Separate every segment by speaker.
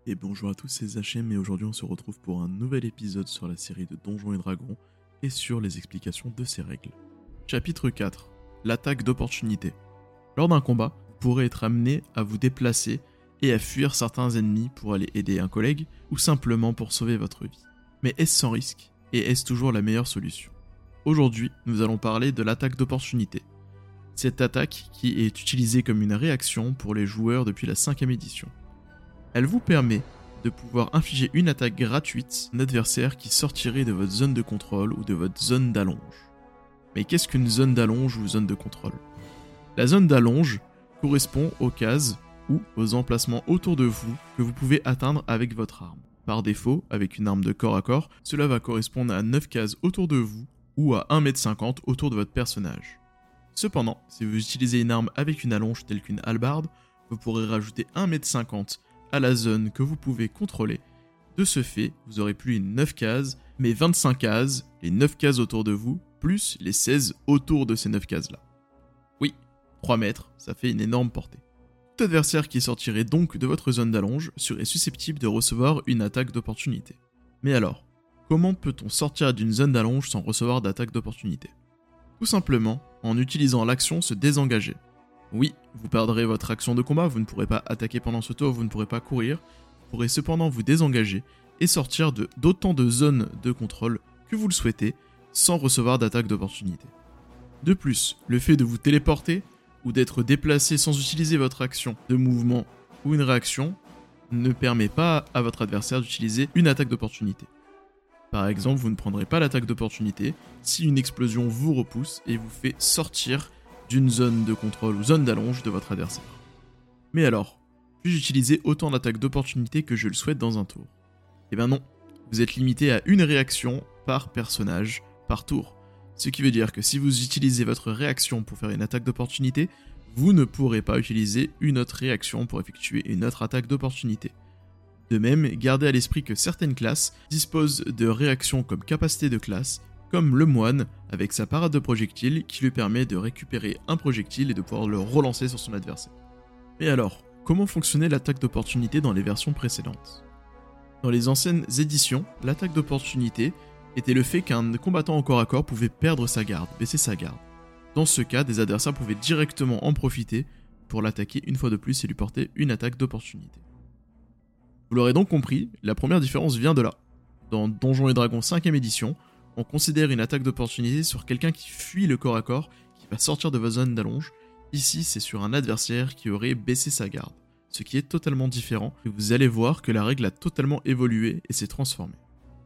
Speaker 1: Et bonjour à tous, c'est Zachem et aujourd'hui on se retrouve pour un nouvel épisode sur la série de Donjons et Dragons et sur les explications de ces règles. Chapitre 4. L'attaque d'opportunité. Lors d'un combat, vous pourrez être amené à vous déplacer et à fuir certains ennemis pour aller aider un collègue ou simplement pour sauver votre vie. Mais est-ce sans risque et est-ce toujours la meilleure solution? Aujourd'hui, nous allons parler de l'attaque d'opportunité. Cette attaque qui est utilisée comme une réaction pour les joueurs depuis la 5ème édition. Elle vous permet de pouvoir infliger une attaque gratuite à un adversaire qui sortirait de votre zone de contrôle ou de votre zone d'allonge. Mais qu'est-ce qu'une zone d'allonge ou zone de contrôle? La zone d'allonge correspond aux cases ou aux emplacements autour de vous que vous pouvez atteindre avec votre arme. Par défaut, avec une arme de corps à corps, cela va correspondre à 9 cases autour de vous ou à 1,50 m autour de votre personnage. Cependant, si vous utilisez une arme avec une allonge telle qu'une hallebarde, vous pourrez rajouter 1,50 m à la zone que vous pouvez contrôler. De ce fait, vous aurez plus une 9 cases, mais 25 cases, les 9 cases autour de vous, plus les 16 autour de ces 9 cases-là. Oui, 3 mètres, ça fait une énorme portée. Tout adversaire qui sortirait donc de votre zone d'allonge serait susceptible de recevoir une attaque d'opportunité. Mais alors, comment peut-on sortir d'une zone d'allonge sans recevoir d'attaque d'opportunité? Tout simplement en utilisant l'action se désengager. Oui, vous perdrez votre action de combat, vous ne pourrez pas attaquer pendant ce tour, vous ne pourrez pas courir, vous pourrez cependant vous désengager et sortir d'autant de zones de contrôle que vous le souhaitez sans recevoir d'attaque d'opportunité. De plus, le fait de vous téléporter ou d'être déplacé sans utiliser votre action de mouvement ou une réaction ne permet pas à votre adversaire d'utiliser une attaque d'opportunité. Par exemple, vous ne prendrez pas l'attaque d'opportunité si une explosion vous repousse et vous fait sortir d'une zone de contrôle ou zone d'allonge de votre adversaire. Mais alors, puis-je utiliser autant d'attaques d'opportunité que je le souhaite dans un tour? Eh ben non, vous êtes limité à une réaction par personnage, par tour. Ce qui veut dire que si vous utilisez votre réaction pour faire une attaque d'opportunité, vous ne pourrez pas utiliser une autre réaction pour effectuer une autre attaque d'opportunité. De même, gardez à l'esprit que certaines classes disposent de réactions comme capacité de classe, comme le moine avec sa parade de projectiles qui lui permet de récupérer un projectile et de pouvoir le relancer sur son adversaire. Mais alors, comment fonctionnait l'attaque d'opportunité dans les versions précédentes? Dans les anciennes éditions, l'attaque d'opportunité était le fait qu'un combattant au corps à corps pouvait perdre sa garde, baisser sa garde. Dans ce cas, des adversaires pouvaient directement en profiter pour l'attaquer une fois de plus et lui porter une attaque d'opportunité. Vous l'aurez donc compris, la première différence vient de là. Dans Donjons et Dragons 5ème édition, on considère une attaque d'opportunité sur quelqu'un qui fuit le corps à corps, qui va sortir de votre zone d'allonge. Ici, c'est sur un adversaire qui aurait baissé sa garde, ce qui est totalement différent, et vous allez voir que la règle a totalement évolué et s'est transformée.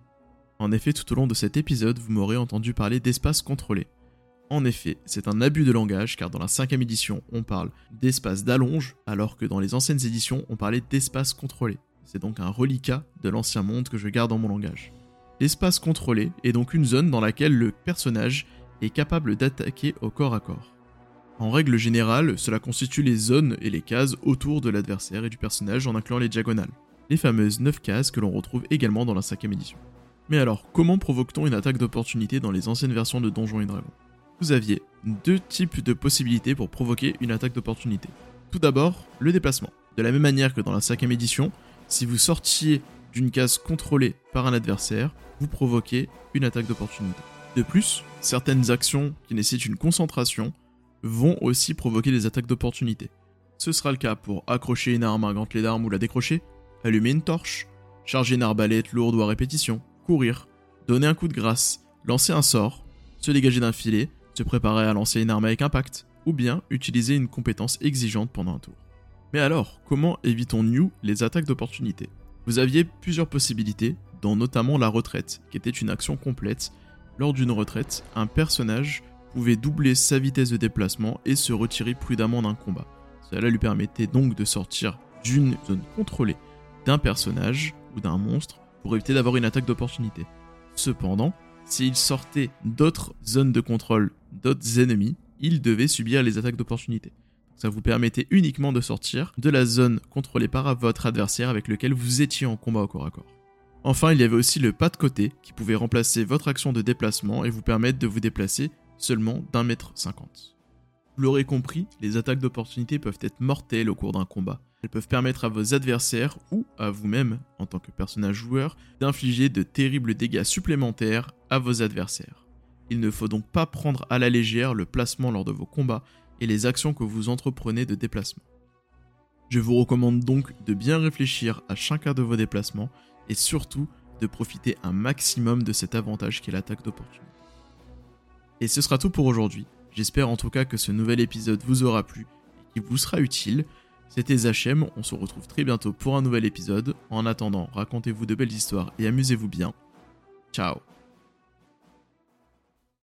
Speaker 1: En effet, tout au long de cet épisode, vous m'aurez entendu parler d'espace contrôlé. En effet, c'est un abus de langage, car dans la 5ème édition, on parle d'espace d'allonge, alors que dans les anciennes éditions, on parlait d'espace contrôlé. C'est donc un reliquat de l'ancien monde que je garde dans mon langage. L'espace contrôlé est donc une zone dans laquelle le personnage est capable d'attaquer au corps à corps. En règle générale, cela constitue les zones et les cases autour de l'adversaire et du personnage en incluant les diagonales, les fameuses 9 cases que l'on retrouve également dans la 5ème édition. Mais alors, comment provoque-t-on une attaque d'opportunité dans les anciennes versions de Donjons et Dragons? Vous aviez deux types de possibilités pour provoquer une attaque d'opportunité. Tout d'abord, le déplacement. De la même manière que dans la 5ème édition, si vous sortiez d'une case contrôlée par un adversaire, vous provoquez une attaque d'opportunité. De plus, certaines actions qui nécessitent une concentration vont aussi provoquer des attaques d'opportunité. Ce sera le cas pour accrocher une arme à un gantelet d'arme ou la décrocher, allumer une torche, charger une arbalète lourde ou à répétition, courir, donner un coup de grâce, lancer un sort, se dégager d'un filet, se préparer à lancer une arme avec impact, ou bien utiliser une compétence exigeante pendant un tour. Mais alors, comment évitons-nous les attaques d'opportunité? Vous aviez plusieurs possibilités, dont notamment la retraite, qui était une action complète. Lors d'une retraite, un personnage pouvait doubler sa vitesse de déplacement et se retirer prudemment d'un combat. Cela lui permettait donc de sortir d'une zone contrôlée d'un personnage ou d'un monstre pour éviter d'avoir une attaque d'opportunité. Cependant, s'il sortait d'autres zones de contrôle, d'autres ennemis, il devait subir les attaques d'opportunité. Ça vous permettait uniquement de sortir de la zone contrôlée par votre adversaire avec lequel vous étiez en combat au corps à corps. Enfin, il y avait aussi le pas de côté qui pouvait remplacer votre action de déplacement et vous permettre de vous déplacer seulement d'1,50 m. Vous l'aurez compris, les attaques d'opportunité peuvent être mortelles au cours d'un combat. Elles peuvent permettre à vos adversaires ou à vous-même, en tant que personnage joueur, d'infliger de terribles dégâts supplémentaires à vos adversaires. Il ne faut donc pas prendre à la légère le placement lors de vos combats et les actions que vous entreprenez de déplacement. Je vous recommande donc de bien réfléchir à chacun de vos déplacements et surtout de profiter un maximum de cet avantage qu'est l'attaque d'opportunité. Et ce sera tout pour aujourd'hui. J'espère en tout cas que ce nouvel épisode vous aura plu et qu'il vous sera utile. C'était Zachem, on se retrouve très bientôt pour un nouvel épisode. En attendant, racontez-vous de belles histoires et amusez-vous bien. Ciao.